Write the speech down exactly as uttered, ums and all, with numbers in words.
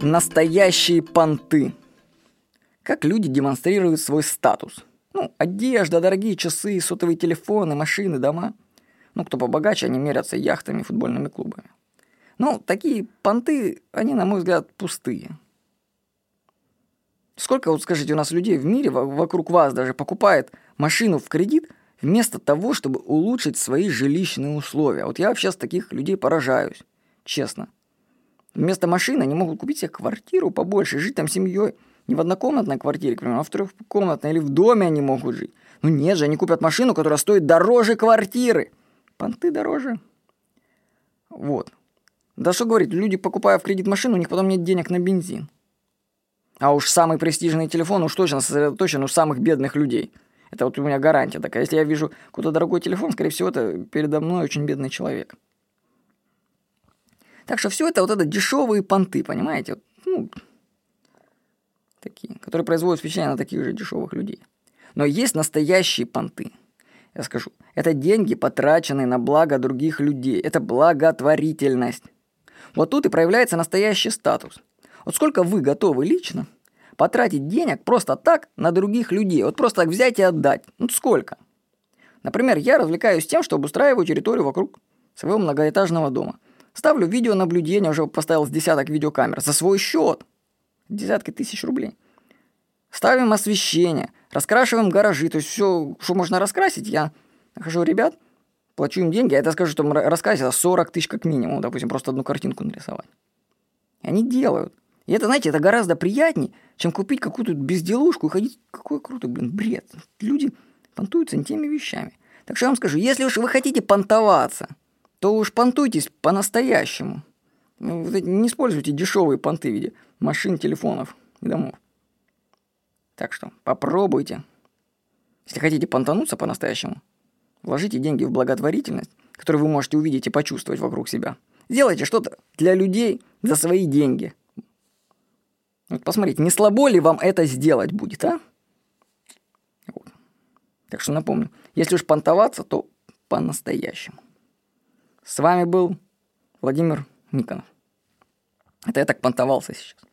Настоящие понты. Как люди демонстрируют свой статус. Ну, одежда, дорогие часы, сотовые телефоны, машины, дома. Ну, кто побогаче, они мерятся яхтами, футбольными клубами. Ну, такие понты, они, на мой взгляд, пустые. Сколько, вот скажите, у нас людей в мире, вокруг вас даже, покупает машину в кредит, вместо того, чтобы улучшить свои жилищные условия. Вот я вообще с таких людей поражаюсь, честно. Вместо машины они могут купить себе квартиру побольше, жить там семьей. Не в однокомнатной квартире, к примеру, а в трехкомнатной или в доме они могут жить. Ну нет же, они купят машину, которая стоит дороже квартиры. Понты дороже. Вот. Да что говорить, люди, покупая в кредит машину, у них потом нет денег на бензин. А уж самый престижный телефон уж точно сосредоточен у самых бедных людей. Это вот у меня гарантия такая. Если я вижу какой-то дорогой телефон, скорее всего, это передо мной очень бедный человек. Так что все это вот это дешевые понты, понимаете? Ну, такие, которые производят впечатление на таких же дешевых людей. Но есть настоящие понты. Я скажу, это деньги, потраченные на благо других людей. Это благотворительность. Вот тут и проявляется настоящий статус. Вот сколько вы готовы лично потратить денег просто так на других людей? Вот просто так взять и отдать. Ну сколько? Например, я развлекаюсь тем, что обустраиваю территорию вокруг своего многоэтажного дома. Ставлю видеонаблюдение, уже поставил с десяток видеокамер за свой счет. Десятки тысяч рублей. Ставим освещение, раскрашиваем гаражи. То есть все, что можно раскрасить, я нахожу ребят, плачу им деньги, а это скажу, что раскрасить сорок тысяч как минимум, допустим, просто одну картинку нарисовать. И они делают. И это, знаете, это гораздо приятнее, чем купить какую-то безделушку и ходить. Какой крутой, блин, бред. Люди понтуются не теми вещами. Так что я вам скажу, если уж вы хотите понтоваться, то уж понтуйтесь по-настоящему. Не используйте дешевые понты в виде машин, телефонов и домов. Так что попробуйте. Если хотите понтануться по-настоящему, вложите деньги в благотворительность, которую вы можете увидеть и почувствовать вокруг себя. Сделайте что-то для людей за свои деньги. Вот посмотрите, не слабо ли вам это сделать будет, а? Вот. Так что напомню, если уж понтоваться, то по-настоящему. С вами был Владимир Никонов. Это я так понтовался сейчас.